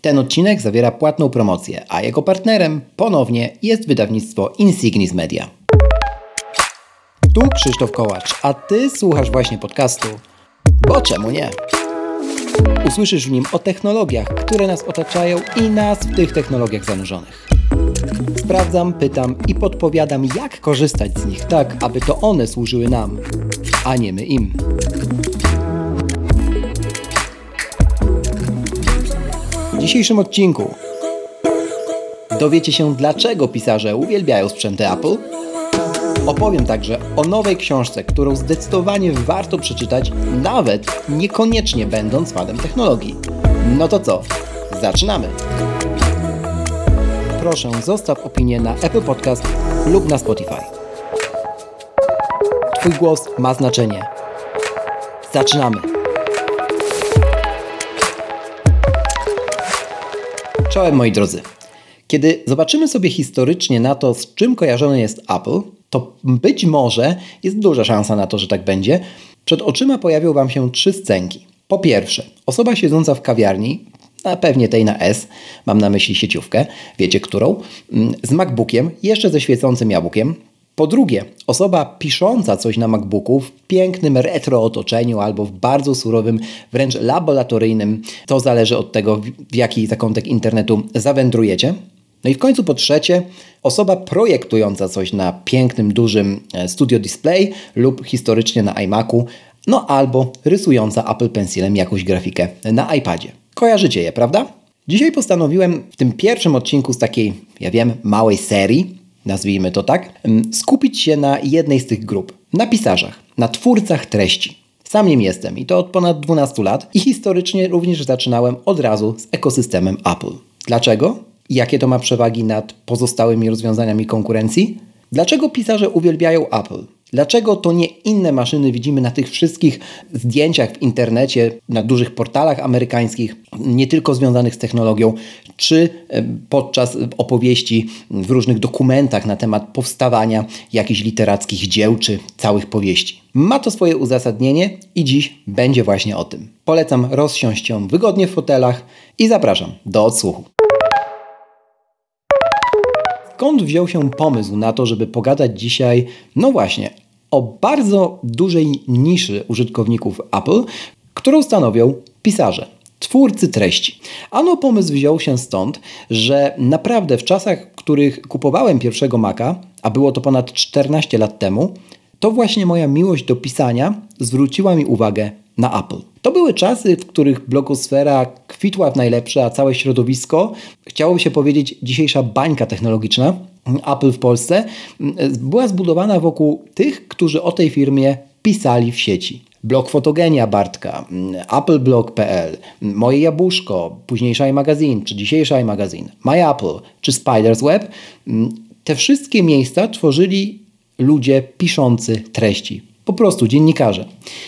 Ten odcinek zawiera płatną promocję, a jego partnerem ponownie jest wydawnictwo Insignis Media. Tu Krzysztof Kołacz, a Ty słuchasz właśnie podcastu Bo czemu nie? Usłyszysz w nim o technologiach, które nas otaczają i nas w tych technologiach zanurzonych. Sprawdzam, pytam i podpowiadam, jak korzystać z nich tak, aby to one służyły nam, a nie my im. W dzisiejszym odcinku dowiecie się, dlaczego pisarze uwielbiają sprzęty Apple. Opowiem także o nowej książce, którą zdecydowanie warto przeczytać, nawet niekoniecznie będąc fanem technologii. No to co? Zaczynamy! Proszę, zostaw opinię na Apple Podcast lub na Spotify. Twój głos ma znaczenie. Zaczynamy! Czołem moi drodzy. Kiedy zobaczymy sobie historycznie na to, z czym kojarzony jest Apple, to być może jest duża szansa na to, że tak będzie. Przed oczyma pojawią Wam się 3 scenki. Po pierwsze, osoba siedząca w kawiarni, a pewnie tej na S, mam na myśli sieciówkę, wiecie którą, z MacBookiem, jeszcze ze świecącym jabłkiem. Po drugie, osoba pisząca coś na MacBooku w pięknym retro otoczeniu albo w bardzo surowym, wręcz laboratoryjnym. To zależy od tego, w jaki zakątek internetu zawędrujecie. No i w końcu po trzecie, osoba projektująca coś na pięknym, dużym Studio Display lub historycznie na iMacu, no albo rysująca Apple Pencilem jakąś grafikę na iPadzie. Kojarzycie je, prawda? Dzisiaj postanowiłem w tym pierwszym odcinku z takiej, małej serii, nazwijmy to tak, skupić się na jednej z tych grup. Na pisarzach, na twórcach treści. Sam nim jestem i to od ponad 12 lat i historycznie również zaczynałem od razu z ekosystemem Apple. Dlaczego? Jakie to ma przewagi nad pozostałymi rozwiązaniami konkurencji? Dlaczego pisarze uwielbiają Apple? Dlaczego to nie inne maszyny widzimy na tych wszystkich zdjęciach w internecie, na dużych portalach amerykańskich, nie tylko związanych z technologią, czy podczas opowieści w różnych dokumentach na temat powstawania jakichś literackich dzieł, czy całych powieści? Ma to swoje uzasadnienie i dziś będzie właśnie o tym. Polecam rozsiąść się wygodnie w fotelach i zapraszam do odsłuchu. Skąd wziął się pomysł na to, żeby pogadać dzisiaj, no właśnie, o bardzo dużej niszy użytkowników Apple, którą stanowią pisarze, twórcy treści. Ano pomysł wziął się stąd, że naprawdę w czasach, w których kupowałem pierwszego Maca, a było to ponad 14 lat temu, to właśnie moja miłość do pisania zwróciła mi uwagę na Apple. To były czasy, w których blogosfera kwitła w najlepsze, a całe środowisko, chciałoby się powiedzieć dzisiejsza bańka technologiczna, Apple w Polsce, była zbudowana wokół tych, którzy o tej firmie pisali w sieci. Blog Fotogenia Bartka, appleblog.pl, Moje Jabłuszko, późniejsza iMagazine, czy dzisiejsza iMagazine, My Apple, czy Spider's Web. Te wszystkie miejsca tworzyli ludzie piszący treści. Po prostu dziennikarze.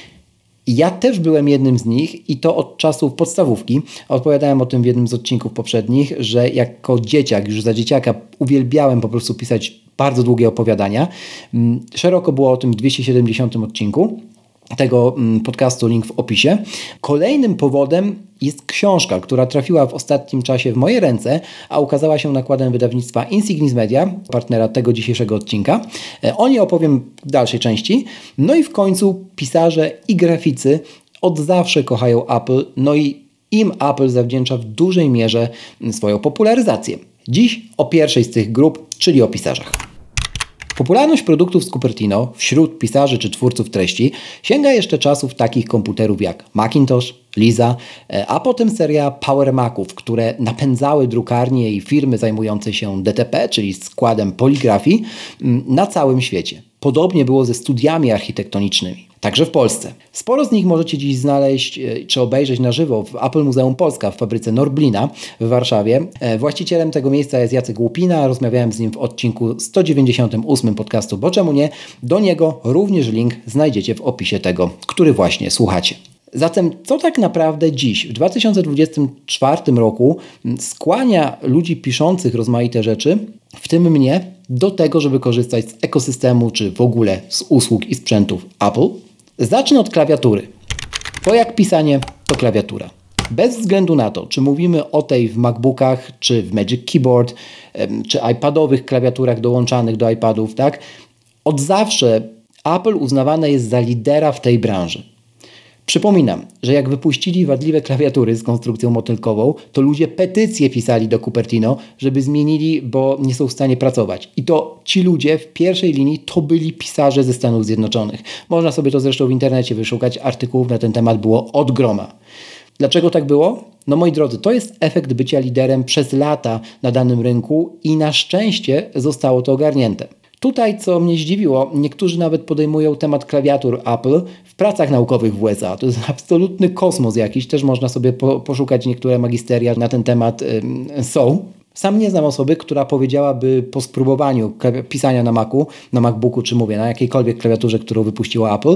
Ja też byłem jednym z nich i to od czasów podstawówki. Opowiadałem o tym w jednym z odcinków poprzednich, że jako dzieciak, już za dzieciaka uwielbiałem po prostu pisać bardzo długie opowiadania. Szeroko było o tym w 270 odcinku tego podcastu, link w opisie. Kolejnym powodem jest książka, która trafiła w ostatnim czasie w moje ręce, a ukazała się nakładem wydawnictwa Insignis Media, partnera tego dzisiejszego odcinka. O niej opowiem w dalszej części. No i w końcu pisarze i graficy od zawsze kochają Apple, no i im Apple zawdzięcza w dużej mierze swoją popularyzację. Dziś o pierwszej z tych grup, czyli o pisarzach. Popularność produktów z Cupertino wśród pisarzy czy twórców treści sięga jeszcze czasów takich komputerów jak Macintosh, Lisa, a potem seria Power Maców, które napędzały drukarnie i firmy zajmujące się DTP, czyli składem poligrafii, na całym świecie. Podobnie było ze studiami architektonicznymi, także w Polsce. Sporo z nich możecie dziś znaleźć czy obejrzeć na żywo w Apple Muzeum Polska w fabryce Norblina w Warszawie. Właścicielem tego miejsca jest Jacek Łupina, rozmawiałem z nim w odcinku 198 podcastu Bo czemu nie? Do niego również link znajdziecie w opisie tego, który właśnie słuchacie. Zatem co tak naprawdę dziś, w 2024 roku skłania ludzi piszących rozmaite rzeczy, w tym mnie, do tego, żeby korzystać z ekosystemu, czy w ogóle z usług i sprzętów Apple? Zacznę od klawiatury. Bo jak pisanie, to klawiatura. Bez względu na to, czy mówimy o tej w MacBookach, czy w Magic Keyboard, czy iPadowych klawiaturach dołączanych do iPadów, tak? Od zawsze Apple uznawane jest za lidera w tej branży. Przypominam, że jak wypuścili wadliwe klawiatury z konstrukcją motylkową, to ludzie petycje pisali do Cupertino, żeby zmienili, bo nie są w stanie pracować. I to ci ludzie w pierwszej linii to byli pisarze ze Stanów Zjednoczonych. Można sobie to zresztą w internecie wyszukać, artykułów na ten temat było od groma. Dlaczego tak było? No moi drodzy, to jest efekt bycia liderem przez lata na danym rynku i na szczęście zostało to ogarnięte. Tutaj, co mnie zdziwiło, niektórzy nawet podejmują temat klawiatur Apple w pracach naukowych w USA. To jest absolutny kosmos jakiś, też można sobie poszukać, niektóre magisteria na ten temat są. Sam nie znam osoby, która powiedziałaby po spróbowaniu pisania na Macu, na MacBooku, czy mówię, na jakiejkolwiek klawiaturze, którą wypuściła Apple,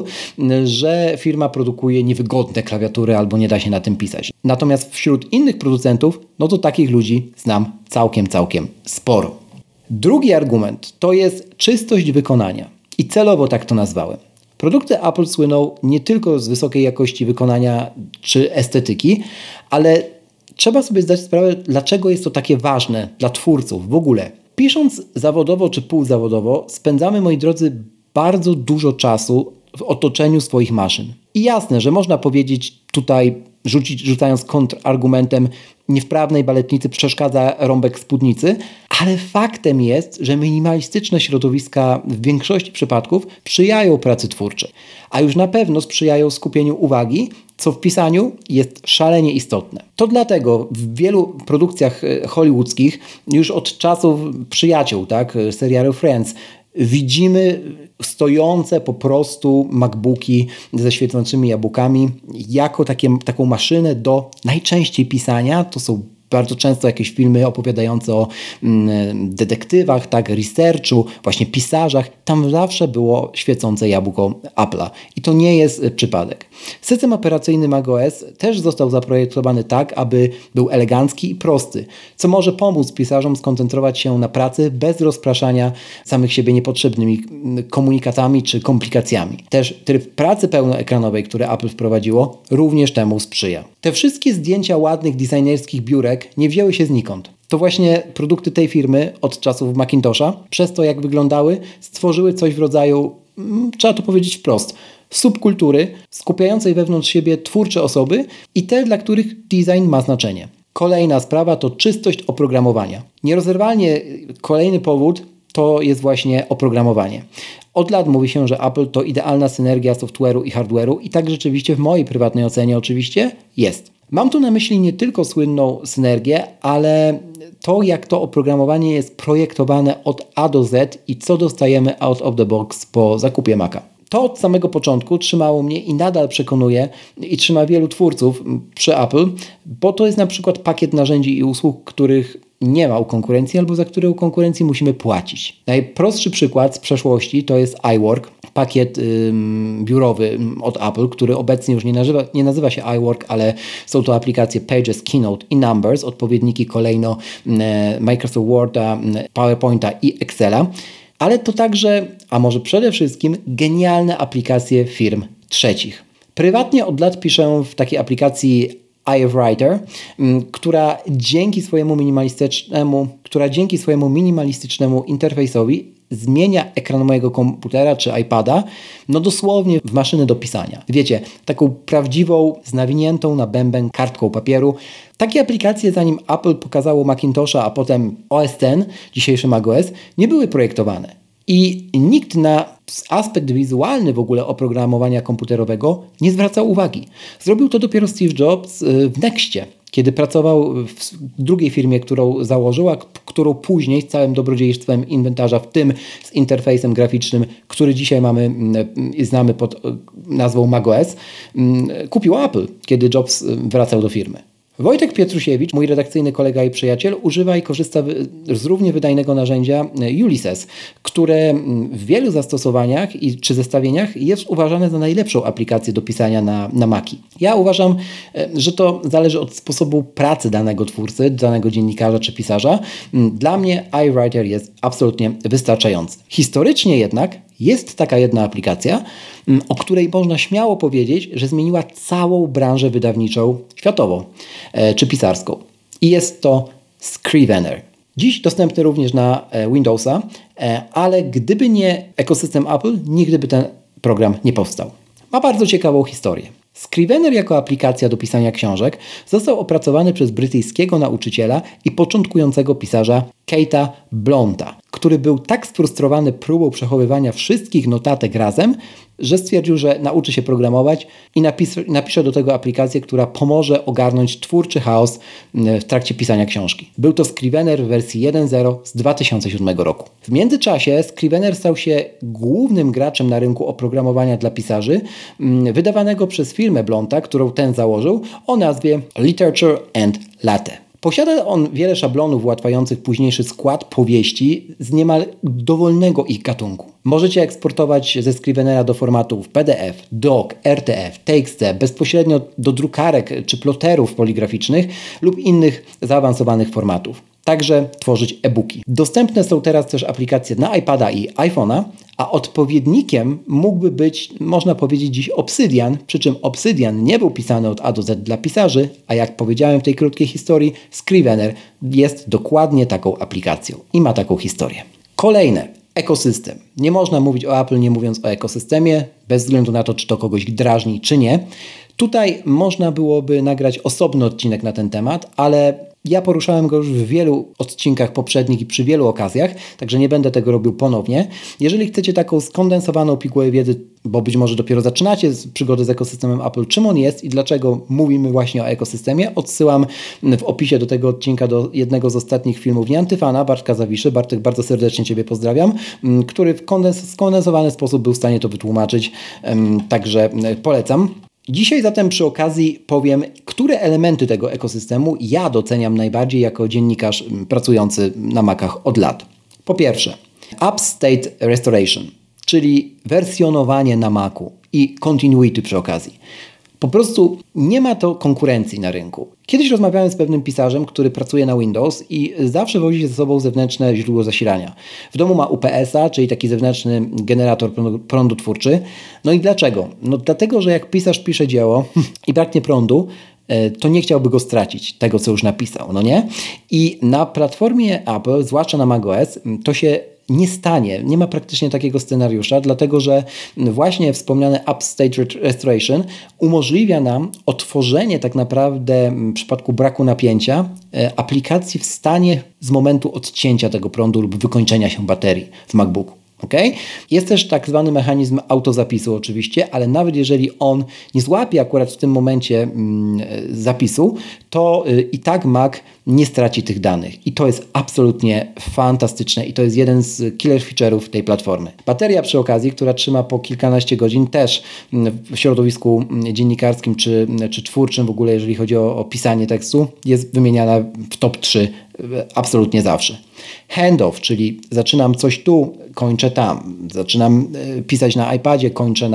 że firma produkuje niewygodne klawiatury albo nie da się na tym pisać. Natomiast wśród innych producentów, no to takich ludzi znam całkiem sporo. Drugi argument to jest czystość wykonania i celowo tak to nazwałem. Produkty Apple słyną nie tylko z wysokiej jakości wykonania czy estetyki, ale trzeba sobie zdać sprawę, dlaczego jest to takie ważne dla twórców w ogóle. Pisząc zawodowo czy półzawodowo, spędzamy, moi drodzy, bardzo dużo czasu w otoczeniu swoich maszyn. I jasne, że można powiedzieć tutaj, rzucając kontrargumentem, niewprawnej baletnicy przeszkadza rąbek spódnicy, ale faktem jest, że minimalistyczne środowiska w większości przypadków sprzyjają pracy twórczej, a już na pewno sprzyjają skupieniu uwagi, co w pisaniu jest szalenie istotne. To dlatego w wielu produkcjach hollywoodzkich już od czasów Przyjaciół, tak, serialu Friends, widzimy stojące po prostu MacBooki ze świecącymi jabłkami jako taką maszynę do najczęściej pisania. To są bardzo często jakieś filmy opowiadające o detektywach, tak, researchu, właśnie pisarzach. Tam zawsze było świecące jabłko Apple'a. I to nie jest przypadek. System operacyjny macOS też został zaprojektowany tak, aby był elegancki i prosty, co może pomóc pisarzom skoncentrować się na pracy bez rozpraszania samych siebie niepotrzebnymi komunikatami czy komplikacjami. Też tryb pracy pełnoekranowej, który Apple wprowadziło, również temu sprzyja. Te wszystkie zdjęcia ładnych designerskich biurek nie wzięły się znikąd. To właśnie produkty tej firmy od czasów Macintosha, przez to jak wyglądały, stworzyły coś w rodzaju, trzeba to powiedzieć wprost, subkultury skupiającej wewnątrz siebie twórcze osoby i te, dla których design ma znaczenie. Kolejna sprawa to czystość oprogramowania. Nierozerwalnie kolejny powód to jest właśnie oprogramowanie. Od lat mówi się, że Apple to idealna synergia software'u i hardware'u i tak rzeczywiście w mojej prywatnej ocenie oczywiście jest. Mam tu na myśli nie tylko słynną synergię, ale to, jak to oprogramowanie jest projektowane od A do Z i co dostajemy out of the box po zakupie Maca. To od samego początku trzymało mnie i nadal przekonuje i trzyma wielu twórców przy Apple, bo to jest na przykład pakiet narzędzi i usług, których nie ma u konkurencji albo za które u konkurencji musimy płacić. Najprostszy przykład z przeszłości to jest iWork, pakiet biurowy od Apple, który obecnie już nie nazywa się iWork, ale są to aplikacje Pages, Keynote i Numbers, odpowiedniki kolejno Microsoft Worda, PowerPointa i Excela. Ale to także, a może przede wszystkim, genialne aplikacje firm trzecich. Prywatnie od lat piszę w takiej aplikacji iWriter, która dzięki swojemu minimalistycznemu interfejsowi zmienia ekran mojego komputera czy iPada, no dosłownie w maszynę do pisania. Wiecie, taką prawdziwą, znawiniętą na bęben kartką papieru. Takie aplikacje, zanim Apple pokazało Macintosha, a potem OS X, dzisiejszy macOS, nie były projektowane. I nikt na aspekt wizualny w ogóle oprogramowania komputerowego nie zwracał uwagi. Zrobił to dopiero Steve Jobs w Nexcie, kiedy pracował w drugiej firmie, którą założył, a którą później z całym dobrodziejstwem inwentarza, w tym z interfejsem graficznym, który dzisiaj znamy pod nazwą macOS, kupił Apple, kiedy Jobs wracał do firmy. Wojtek Pietrusiewicz, mój redakcyjny kolega i przyjaciel, używa i korzysta z równie wydajnego narzędzia Ulysses, które w wielu zastosowaniach czy zestawieniach jest uważane za najlepszą aplikację do pisania na Maci. Ja uważam, że to zależy od sposobu pracy danego twórcy, danego dziennikarza czy pisarza. Dla mnie iWriter jest absolutnie wystarczający. Historycznie jednak jest taka jedna aplikacja, o której można śmiało powiedzieć, że zmieniła całą branżę wydawniczą światową czy pisarską. I jest to Scrivener. Dziś dostępny również na Windowsa, ale gdyby nie ekosystem Apple, nigdy by ten program nie powstał. Ma bardzo ciekawą historię. Scrivener jako aplikacja do pisania książek został opracowany przez brytyjskiego nauczyciela i początkującego pisarza Kate'a Blounta, który był tak sfrustrowany próbą przechowywania wszystkich notatek razem, że stwierdził, że nauczy się programować i napisze do tego aplikację, która pomoże ogarnąć twórczy chaos w trakcie pisania książki. Był to Scrivener w wersji 1.0 z 2007 roku. W międzyczasie Scrivener stał się głównym graczem na rynku oprogramowania dla pisarzy, wydawanego przez firmę Blounta, którą ten założył, o nazwie Literature and Latte. Posiada on wiele szablonów ułatwiających późniejszy skład powieści z niemal dowolnego ich gatunku. Możecie eksportować ze Scrivenera do formatów PDF, DOC, RTF, TXT, bezpośrednio do drukarek czy ploterów poligraficznych lub innych zaawansowanych formatów. Także tworzyć e-booki. Dostępne są teraz też aplikacje na iPada i iPhone'a, a odpowiednikiem mógłby być, można powiedzieć dziś, Obsidian, przy czym Obsidian nie był pisany od A do Z dla pisarzy, a jak powiedziałem w tej krótkiej historii, Scrivener jest dokładnie taką aplikacją i ma taką historię. Kolejne. Ekosystem. Nie można mówić o Apple nie mówiąc o ekosystemie, bez względu na to, czy to kogoś drażni, czy nie. Tutaj można byłoby nagrać osobny odcinek na ten temat, ale ja poruszałem go już w wielu odcinkach poprzednich i przy wielu okazjach, także nie będę tego robił ponownie. Jeżeli chcecie taką skondensowaną pigułę wiedzy, bo być może dopiero zaczynacie przygodę z ekosystemem Apple, czym on jest i dlaczego mówimy właśnie o ekosystemie, odsyłam w opisie do tego odcinka do jednego z ostatnich filmów Nieantyfana, Bartka Zawiszy. Bartek, bardzo serdecznie Ciebie pozdrawiam, który w skondensowany sposób był w stanie to wytłumaczyć, także polecam. Dzisiaj zatem przy okazji powiem, które elementy tego ekosystemu ja doceniam najbardziej jako dziennikarz pracujący na Macach od lat. Po pierwsze, Upstate Restoration, czyli wersjonowanie na Macu i continuity przy okazji. Po prostu nie ma to konkurencji na rynku. Kiedyś rozmawiałem z pewnym pisarzem, który pracuje na Windows i zawsze wozi ze sobą zewnętrzne źródło zasilania. W domu ma UPS-a, czyli taki zewnętrzny generator prądu twórczy. No i dlaczego? No dlatego, że jak pisarz pisze dzieło i braknie prądu, to nie chciałby go stracić, tego co już napisał, no nie? I na platformie Apple, zwłaszcza na macOS, to się nie stanie, nie ma praktycznie takiego scenariusza, dlatego że właśnie wspomniane Upstate Restoration umożliwia nam otworzenie tak naprawdę w przypadku braku napięcia aplikacji w stanie z momentu odcięcia tego prądu lub wykończenia się baterii w MacBooku. Okay? Jest też tak zwany mechanizm autozapisu oczywiście, ale nawet jeżeli on nie złapie akurat w tym momencie zapisu, to i tak Mac nie straci tych danych. I to jest absolutnie fantastyczne i to jest jeden z killer feature'ów tej platformy. Bateria przy okazji, która trzyma po kilkanaście godzin, też w środowisku dziennikarskim czy twórczym w ogóle, jeżeli chodzi o pisanie tekstu, jest wymieniana w top 3 absolutnie zawsze. Handoff, czyli zaczynam coś tu, kończę tam. Zaczynam pisać na iPadzie, kończę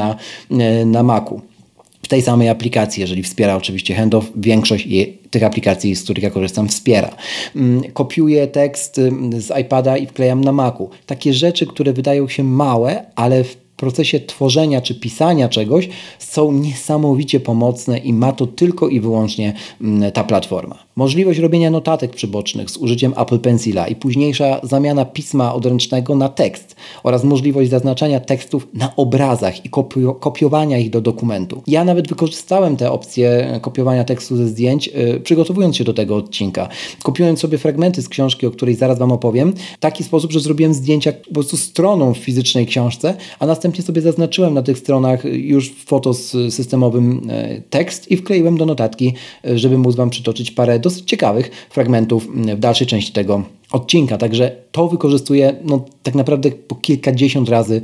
na Macu. W tej samej aplikacji, jeżeli wspiera oczywiście handoff, większość tych aplikacji, z których ja korzystam, wspiera. Kopiuję tekst z iPada i wklejam na Macu. Takie rzeczy, które wydają się małe, ale w procesie tworzenia czy pisania czegoś są niesamowicie pomocne i ma to tylko i wyłącznie ta platforma. Możliwość robienia notatek przybocznych z użyciem Apple Pencila i późniejsza zamiana pisma odręcznego na tekst oraz możliwość zaznaczania tekstów na obrazach i kopiowania ich do dokumentu. Ja nawet wykorzystałem tę opcję kopiowania tekstu ze zdjęć, przygotowując się do tego odcinka. Kopiując sobie fragmenty z książki, o której zaraz Wam opowiem, w taki sposób, że zrobiłem zdjęcia po prostu stroną w fizycznej książce, a następnie sobie zaznaczyłem na tych stronach już w fotos systemowym tekst i wkleiłem do notatki, żeby móc Wam przytoczyć parę dosyć ciekawych fragmentów w dalszej części tego odcinka. Także to wykorzystuję tak naprawdę po kilkadziesiąt razy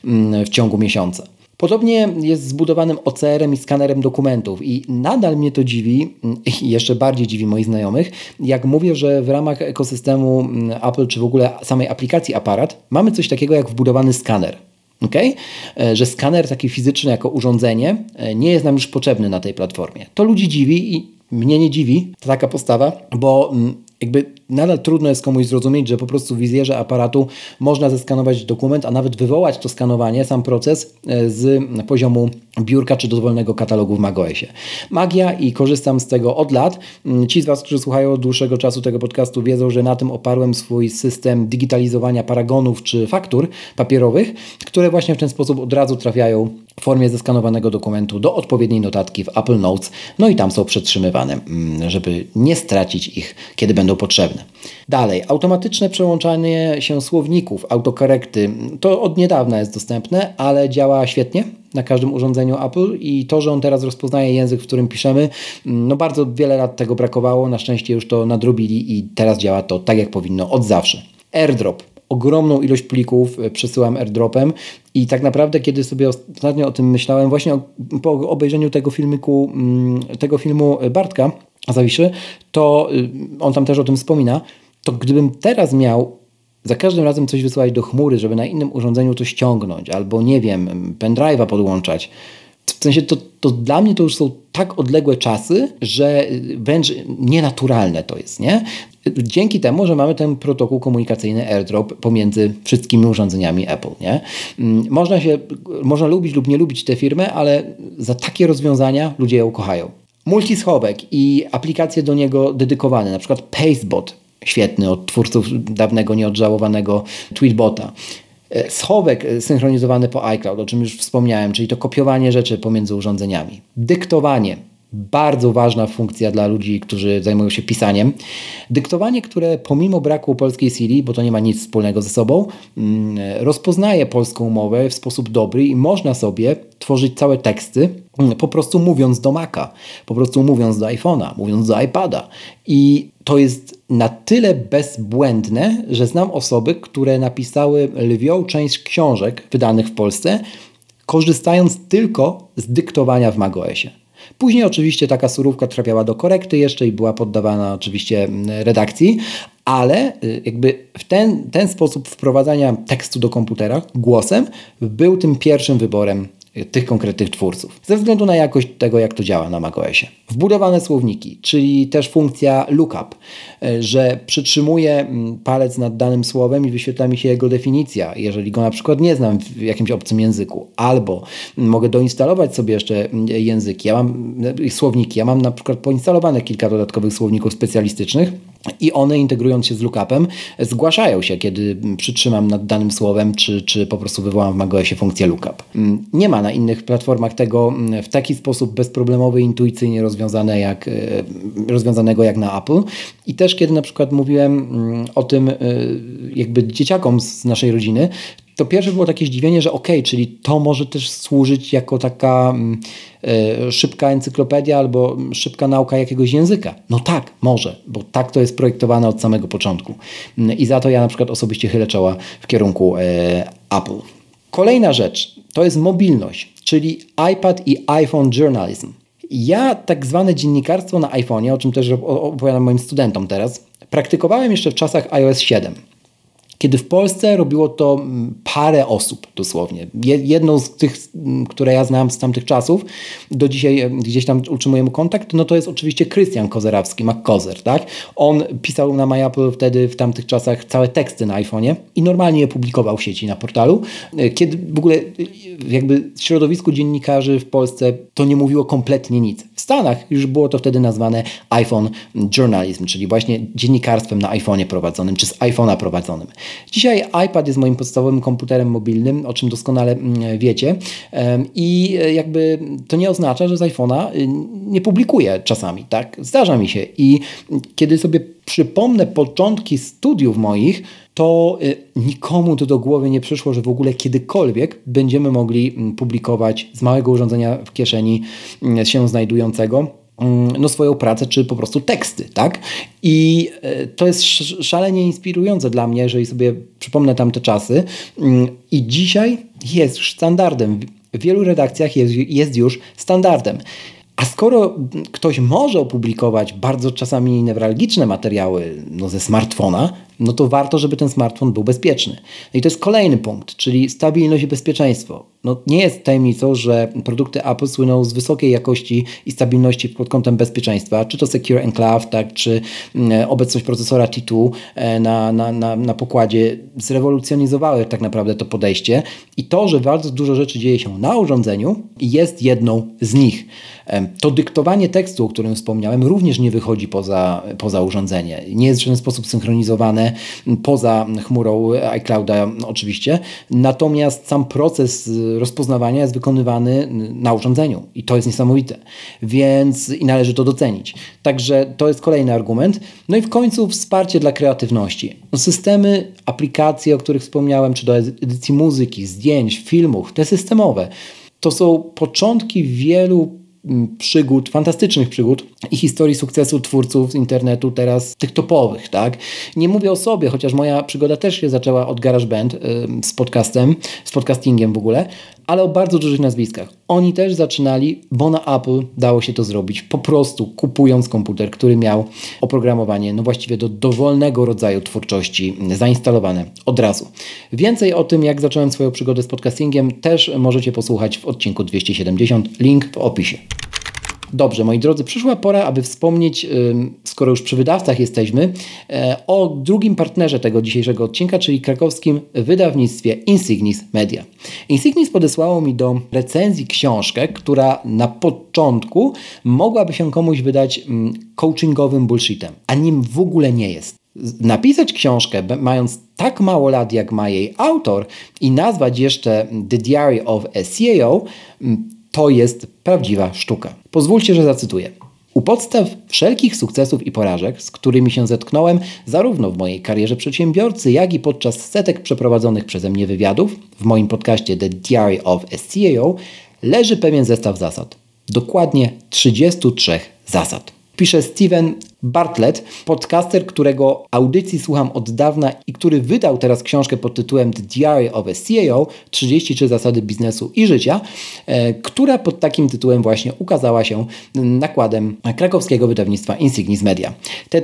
w ciągu miesiąca. Podobnie jest zbudowanym OCR-em i skanerem dokumentów i nadal mnie to dziwi i jeszcze bardziej dziwi moich znajomych, jak mówię, że w ramach ekosystemu Apple czy w ogóle samej aplikacji Aparat mamy coś takiego jak wbudowany skaner. Okay? Że skaner taki fizyczny jako urządzenie nie jest nam już potrzebny na tej platformie. To ludzi dziwi i mnie nie dziwi taka postawa, bo jakby nadal trudno jest komuś zrozumieć, że po prostu w wizjerze aparatu można zeskanować dokument, a nawet wywołać to skanowanie, sam proces z poziomu biurka czy dowolnego katalogu w macOSie. Magia i korzystam z tego od lat. Ci z Was, którzy słuchają od dłuższego czasu tego podcastu, wiedzą, że na tym oparłem swój system digitalizowania paragonów czy faktur papierowych, które właśnie w ten sposób od razu trafiają w formie zeskanowanego dokumentu do odpowiedniej notatki w Apple Notes, no i tam są przetrzymywane, żeby nie stracić ich, kiedy będą potrzebne. Dalej, automatyczne przełączanie się słowników, autokorekty, to od niedawna jest dostępne, ale działa świetnie na każdym urządzeniu Apple i to, że on teraz rozpoznaje język, w którym piszemy, no bardzo wiele lat tego brakowało, na szczęście już to nadrobili i teraz działa to tak, jak powinno od zawsze. AirDrop. Ogromną ilość plików przesyłam AirDropem i tak naprawdę, kiedy sobie ostatnio o tym myślałem, właśnie po obejrzeniu tego filmu Bartka Zawiszy, to on tam też o tym wspomina, to gdybym teraz miał za każdym razem coś wysyłać do chmury, żeby na innym urządzeniu to ściągnąć, albo nie wiem, pendrive'a podłączać, w sensie to dla mnie to już są tak odległe czasy, że wręcz nienaturalne to jest, nie? Dzięki temu, że mamy ten protokół komunikacyjny AirDrop pomiędzy wszystkimi urządzeniami Apple, nie? Można lubić lub nie lubić tę firmę, ale za takie rozwiązania ludzie ją kochają. Multischowek i aplikacje do niego dedykowane, na przykład Pastebot, świetny od twórców dawnego nieodżałowanego Tweetbota. Schowek synchronizowany po iCloud, o czym już wspomniałem, czyli to kopiowanie rzeczy pomiędzy urządzeniami. Dyktowanie. Bardzo ważna funkcja dla ludzi, którzy zajmują się pisaniem. Dyktowanie, które pomimo braku polskiej Siri, bo to nie ma nic wspólnego ze sobą, rozpoznaje polską mowę w sposób dobry i można sobie tworzyć całe teksty po prostu mówiąc do Maca, po prostu mówiąc do iPhone'a, mówiąc do iPada. I to jest na tyle bezbłędne, że znam osoby, które napisały lwią część książek wydanych w Polsce, korzystając tylko z dyktowania w macOSie. Później oczywiście taka surówka trafiała do korekty jeszcze i była poddawana oczywiście redakcji, ale jakby w ten sposób wprowadzania tekstu do komputera głosem był tym pierwszym wyborem tych konkretnych twórców. Ze względu na jakość tego, jak to działa na macOSie. Wbudowane słowniki, czyli też funkcja lookup, że przytrzymuję palec nad danym słowem i wyświetla mi się jego definicja, jeżeli go na przykład nie znam w jakimś obcym języku. Albo mogę doinstalować sobie jeszcze języki. Słowniki. Ja mam na przykład poinstalowane kilka dodatkowych słowników specjalistycznych i one, integrując się z lookupem, zgłaszają się, kiedy przytrzymam nad danym słowem, czy po prostu wywołam w macOSie funkcję lookup. Nie ma na innych platformach tego w taki sposób bezproblemowy, intuicyjnie rozwiązanego jak na Apple. I też kiedy na przykład mówiłem o tym jakby dzieciakom z naszej rodziny, to pierwsze było takie zdziwienie, że czyli to może też służyć jako taka szybka encyklopedia albo szybka nauka jakiegoś języka. No tak, może, bo tak to jest projektowane od samego początku. I za to ja na przykład osobiście chylę czoła w kierunku Apple. Kolejna rzecz to jest mobilność, czyli iPad i iPhone Journalism. Ja tak zwane dziennikarstwo na iPhone'ie, o czym też opowiadam moim studentom teraz, praktykowałem jeszcze w czasach iOS 7. Kiedy w Polsce robiło to parę osób dosłownie. Jedną z tych, które ja znam z tamtych czasów, do dzisiaj gdzieś tam utrzymujemy kontakt, no to jest oczywiście Krystian Kozerawski, MacKozer, tak? On pisał na MyApple wtedy w tamtych czasach całe teksty na iPhone'ie i normalnie je publikował w sieci na portalu. Kiedy w ogóle jakby w środowisku dziennikarzy w Polsce to nie mówiło kompletnie nic. W Stanach już było to wtedy nazwane iPhone Journalism, czyli właśnie dziennikarstwem na iPhone'ie prowadzonym, czy z iPhone'a prowadzonym. Dzisiaj iPad jest moim podstawowym komputerem mobilnym, o czym doskonale wiecie i jakby to nie oznacza, że z iPhone'a nie publikuję czasami, tak? Zdarza mi się i kiedy sobie przypomnę początki studiów moich, to nikomu to do głowy nie przyszło, że w ogóle kiedykolwiek będziemy mogli publikować z małego urządzenia w kieszeni się znajdującego swoją pracę, czy po prostu teksty, tak? I to jest szalenie inspirujące dla mnie, jeżeli sobie przypomnę tamte czasy. I dzisiaj jest już standardem. W wielu redakcjach jest już standardem. A skoro ktoś może opublikować bardzo czasami newralgiczne materiały ze smartfona, no to warto, żeby ten smartfon był bezpieczny. No i to jest kolejny punkt, czyli stabilność i bezpieczeństwo. No nie jest tajemnicą, że produkty Apple słyną z wysokiej jakości i stabilności pod kątem bezpieczeństwa, czy to Secure Enclave, tak, czy obecność procesora T2 na pokładzie zrewolucjonizowały tak naprawdę to podejście i to, że bardzo dużo rzeczy dzieje się na urządzeniu, jest jedną z nich. To dyktowanie tekstu, o którym wspomniałem, również nie wychodzi poza urządzenie. Nie jest w żaden sposób synchronizowane poza chmurą iClouda oczywiście, natomiast sam proces rozpoznawania jest wykonywany na urządzeniu i to jest niesamowite, więc i należy to docenić. Także to jest kolejny argument. No i w końcu wsparcie dla kreatywności. Systemy, aplikacje, o których wspomniałem, czy do edycji muzyki, zdjęć, filmów, te systemowe, to są początki wielu przygód, fantastycznych przygód i historii sukcesu twórców z internetu teraz tych topowych, tak? Nie mówię o sobie, chociaż moja przygoda też się zaczęła od GarageBand z podcastingiem w ogóle, ale o bardzo dużych nazwiskach. Oni też zaczynali, bo na Apple dało się to zrobić po prostu kupując komputer, który miał oprogramowanie, no właściwie do dowolnego rodzaju twórczości zainstalowane od razu. Więcej o tym, jak zacząłem swoją przygodę z podcastingiem, też możecie posłuchać w odcinku 270, link w opisie. Dobrze, moi drodzy, przyszła pora, aby wspomnieć, skoro już przy wydawcach jesteśmy, o drugim partnerze tego dzisiejszego odcinka, czyli krakowskim wydawnictwie Insignis Media. Insignis podesłało mi do recenzji książkę, która na początku mogłaby się komuś wydać coachingowym bullshitem, a nim w ogóle nie jest. Napisać książkę, mając tak mało lat, jak ma jej autor i nazwać jeszcze The Diary of a CEO, to jest prawdziwa sztuka. Pozwólcie, że zacytuję. U podstaw wszelkich sukcesów i porażek, z którymi się zetknąłem zarówno w mojej karierze przedsiębiorcy, jak i podczas setek przeprowadzonych przeze mnie wywiadów w moim podcaście The Diary of a CEO, leży pewien zestaw zasad. Dokładnie 33 zasad. Pisze Steven Bartlett, podcaster, którego audycji słucham od dawna i który wydał teraz książkę pod tytułem The Diary of a CEO 33 zasady biznesu i życia, która pod takim tytułem właśnie ukazała się nakładem krakowskiego wydawnictwa Insignis Media. Te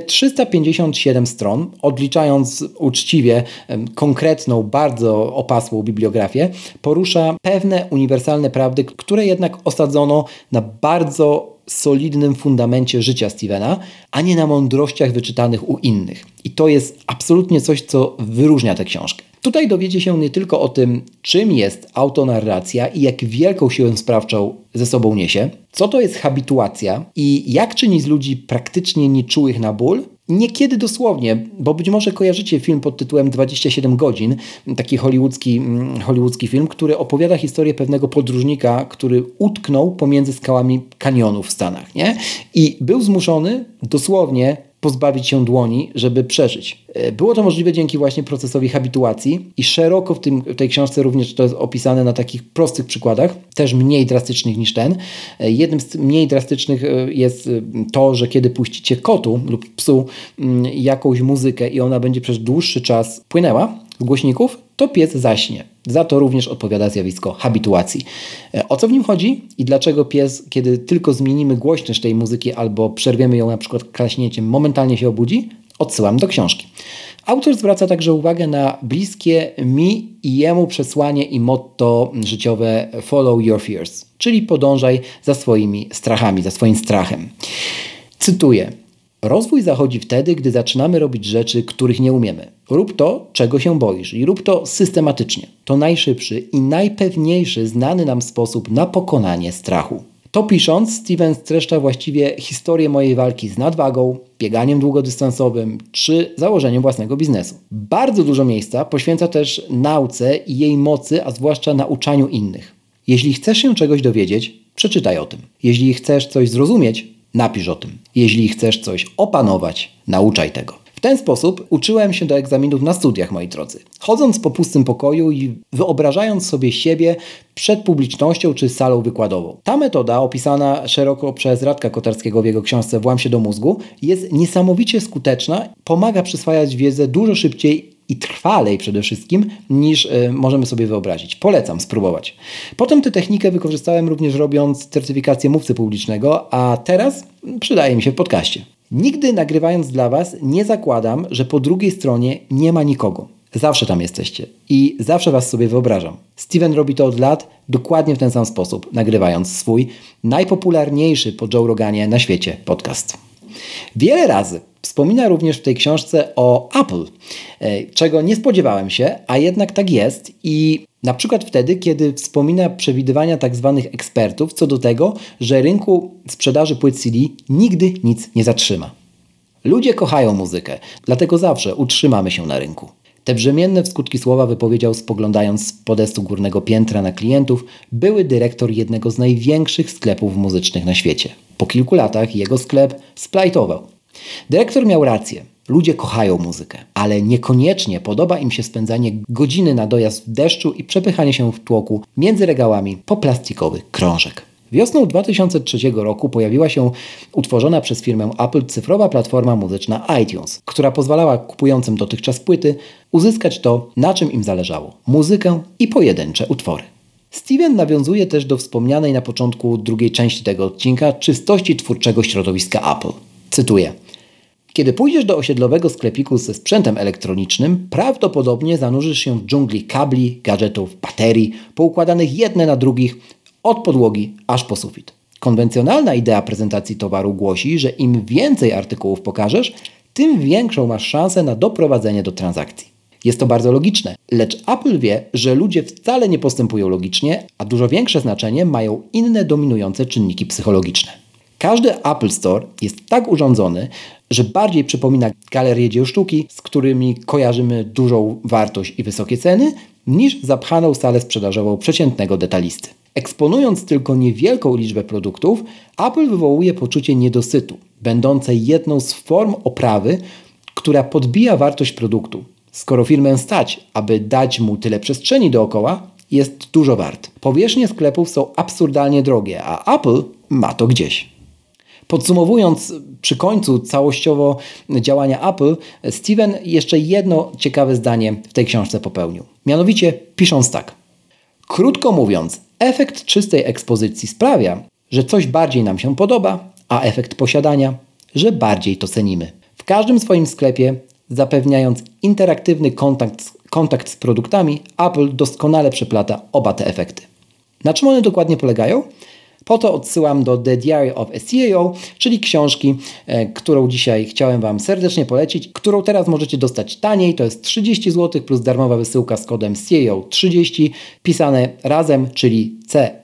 357 stron, odliczając uczciwie konkretną, bardzo opasłą bibliografię, porusza pewne uniwersalne prawdy, które jednak osadzono na bardzo solidnym fundamencie życia Stevena, a nie na mądrościach wyczytanych u innych. I to jest absolutnie coś, co wyróżnia tę książkę. Tutaj dowiecie się nie tylko o tym, czym jest autonarracja i jak wielką siłę sprawczą ze sobą niesie, co to jest habituacja i jak czyni z ludzi praktycznie nieczułych na ból. Niekiedy dosłownie, bo być może kojarzycie film pod tytułem 27 godzin, taki hollywoodzki film, który opowiada historię pewnego podróżnika, który utknął pomiędzy skałami kanionu w Stanach, nie? I był zmuszony dosłownie pozbawić się dłoni, żeby przeżyć. Było to możliwe dzięki właśnie procesowi habituacji i szeroko w tej książce również to jest opisane na takich prostych przykładach, też mniej drastycznych niż ten. Jednym z mniej drastycznych jest to, że kiedy puścicie kotu lub psu jakąś muzykę i ona będzie przez dłuższy czas płynęła z głośników, to pies zaśnie. Za to również odpowiada zjawisko habituacji. O co w nim chodzi i dlaczego pies, kiedy tylko zmienimy głośność tej muzyki albo przerwiemy ją na przykład klaśnięciem, momentalnie się obudzi? Odsyłam do książki. Autor zwraca także uwagę na bliskie mi i jemu przesłanie i motto życiowe Follow your fears, czyli podążaj za swoimi strachami, za swoim strachem. Cytuję. Rozwój zachodzi wtedy, gdy zaczynamy robić rzeczy, których nie umiemy. Rób to, czego się boisz i rób to systematycznie. To najszybszy i najpewniejszy znany nam sposób na pokonanie strachu. To pisząc, Steven streszcza właściwie historię mojej walki z nadwagą, bieganiem długodystansowym czy założeniem własnego biznesu. Bardzo dużo miejsca poświęca też nauce i jej mocy, a zwłaszcza nauczaniu innych. Jeśli chcesz się czegoś dowiedzieć, przeczytaj o tym. Jeśli chcesz coś zrozumieć, napisz o tym. Jeśli chcesz coś opanować, nauczaj tego. W ten sposób uczyłem się do egzaminów na studiach, moi drodzy. Chodząc po pustym pokoju i wyobrażając sobie siebie przed publicznością czy salą wykładową. Ta metoda, opisana szeroko przez Radka Kotarskiego w jego książce Włam się do mózgu, jest niesamowicie skuteczna, pomaga przyswajać wiedzę dużo szybciej i trwalej przede wszystkim, niż możemy sobie wyobrazić. Polecam spróbować. Potem tę technikę wykorzystałem również robiąc certyfikację mówcy publicznego, a teraz przydaje mi się w podcaście. Nigdy nagrywając dla Was nie zakładam, że po drugiej stronie nie ma nikogo. Zawsze tam jesteście i zawsze Was sobie wyobrażam. Steven robi to od lat dokładnie w ten sam sposób, nagrywając swój najpopularniejszy po Joe Roganie na świecie podcast. Wiele razy wspomina również w tej książce o Apple, czego nie spodziewałem się, a jednak tak jest i na przykład wtedy, kiedy wspomina przewidywania tzw. ekspertów co do tego, że rynku sprzedaży płyt CD nigdy nic nie zatrzyma. Ludzie kochają muzykę, dlatego zawsze utrzymamy się na rynku. Te brzemienne w skutki słowa wypowiedział, spoglądając z podestu górnego piętra na klientów, były dyrektor jednego z największych sklepów muzycznych na świecie. Po kilku latach jego sklep splajtował. Dyrektor miał rację. Ludzie kochają muzykę, ale niekoniecznie podoba im się spędzanie godziny na dojazd w deszczu i przepychanie się w tłoku między regałami po plastikowy krążek. Wiosną 2003 roku pojawiła się utworzona przez firmę Apple cyfrowa platforma muzyczna iTunes, która pozwalała kupującym dotychczas płyty uzyskać to, na czym im zależało – muzykę i pojedyncze utwory. Steven nawiązuje też do wspomnianej na początku drugiej części tego odcinka czystości twórczego środowiska Apple. Cytuję: kiedy pójdziesz do osiedlowego sklepiku ze sprzętem elektronicznym, prawdopodobnie zanurzysz się w dżungli kabli, gadżetów, baterii, poukładanych jedne na drugich, od podłogi aż po sufit. Konwencjonalna idea prezentacji towaru głosi, że im więcej artykułów pokażesz, tym większą masz szansę na doprowadzenie do transakcji. Jest to bardzo logiczne, lecz Apple wie, że ludzie wcale nie postępują logicznie, a dużo większe znaczenie mają inne dominujące czynniki psychologiczne. Każdy Apple Store jest tak urządzony, że bardziej przypomina galerię dzieł sztuki, z którymi kojarzymy dużą wartość i wysokie ceny, niż zapchaną salę sprzedażową przeciętnego detalisty. Eksponując tylko niewielką liczbę produktów, Apple wywołuje poczucie niedosytu, będące jedną z form oprawy, która podbija wartość produktu. Skoro firmę stać, aby dać mu tyle przestrzeni dookoła, jest dużo wart. Powierzchnie sklepów są absurdalnie drogie, a Apple ma to gdzieś. Podsumowując przy końcu całościowo działania Apple, Steven jeszcze jedno ciekawe zdanie w tej książce popełnił. Mianowicie pisząc tak: krótko mówiąc, efekt czystej ekspozycji sprawia, że coś bardziej nam się podoba, a efekt posiadania, że bardziej to cenimy. W każdym swoim sklepie, zapewniając interaktywny kontakt z produktami, Apple doskonale przeplata oba te efekty. Na czym one dokładnie polegają? Po to odsyłam do The Diary of a CAO, czyli książki, którą dzisiaj chciałem Wam serdecznie polecić, którą teraz możecie dostać taniej, to jest 30 zł plus darmowa wysyłka z kodem CAO30, pisane razem, czyli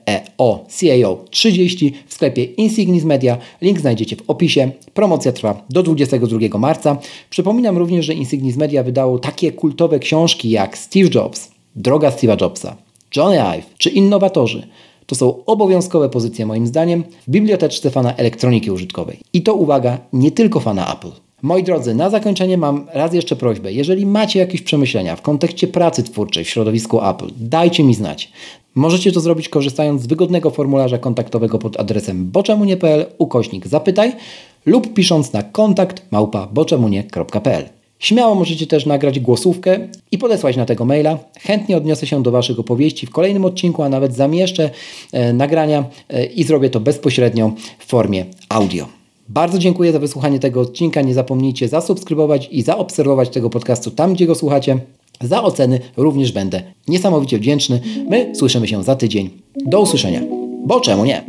CAO 30 w sklepie Insignis Media. Link znajdziecie w opisie. Promocja trwa do 22 marca. Przypominam również, że Insignis Media wydało takie kultowe książki jak Steve Jobs, Droga Steve'a Jobsa, Johnny Ive czy Innowatorzy. To są obowiązkowe pozycje moim zdaniem w biblioteczce fana elektroniki użytkowej. I to uwaga, nie tylko fana Apple. Moi drodzy, na zakończenie mam raz jeszcze prośbę. Jeżeli macie jakieś przemyślenia w kontekście pracy twórczej w środowisku Apple, dajcie mi znać. Możecie to zrobić korzystając z wygodnego formularza kontaktowego pod adresem boczemunie.pl/zapytaj lub pisząc na kontakt@boczemunie.pl. Śmiało możecie też nagrać głosówkę i podesłać na tego maila. Chętnie odniosę się do Waszych opowieści w kolejnym odcinku, a nawet zamieszczę nagrania i zrobię to bezpośrednio w formie audio. Bardzo dziękuję za wysłuchanie tego odcinka. Nie zapomnijcie zasubskrybować i zaobserwować tego podcastu tam, gdzie go słuchacie. Za oceny również będę niesamowicie wdzięczny. My słyszymy się za tydzień. Do usłyszenia. Bo czemu nie?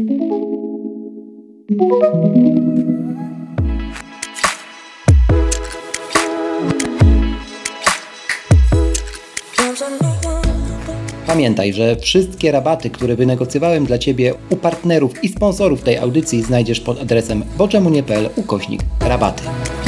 Pamiętaj, że wszystkie rabaty, które wynegocjowałem dla Ciebie u partnerów i sponsorów tej audycji znajdziesz pod adresem boczemunie.pl/rabaty.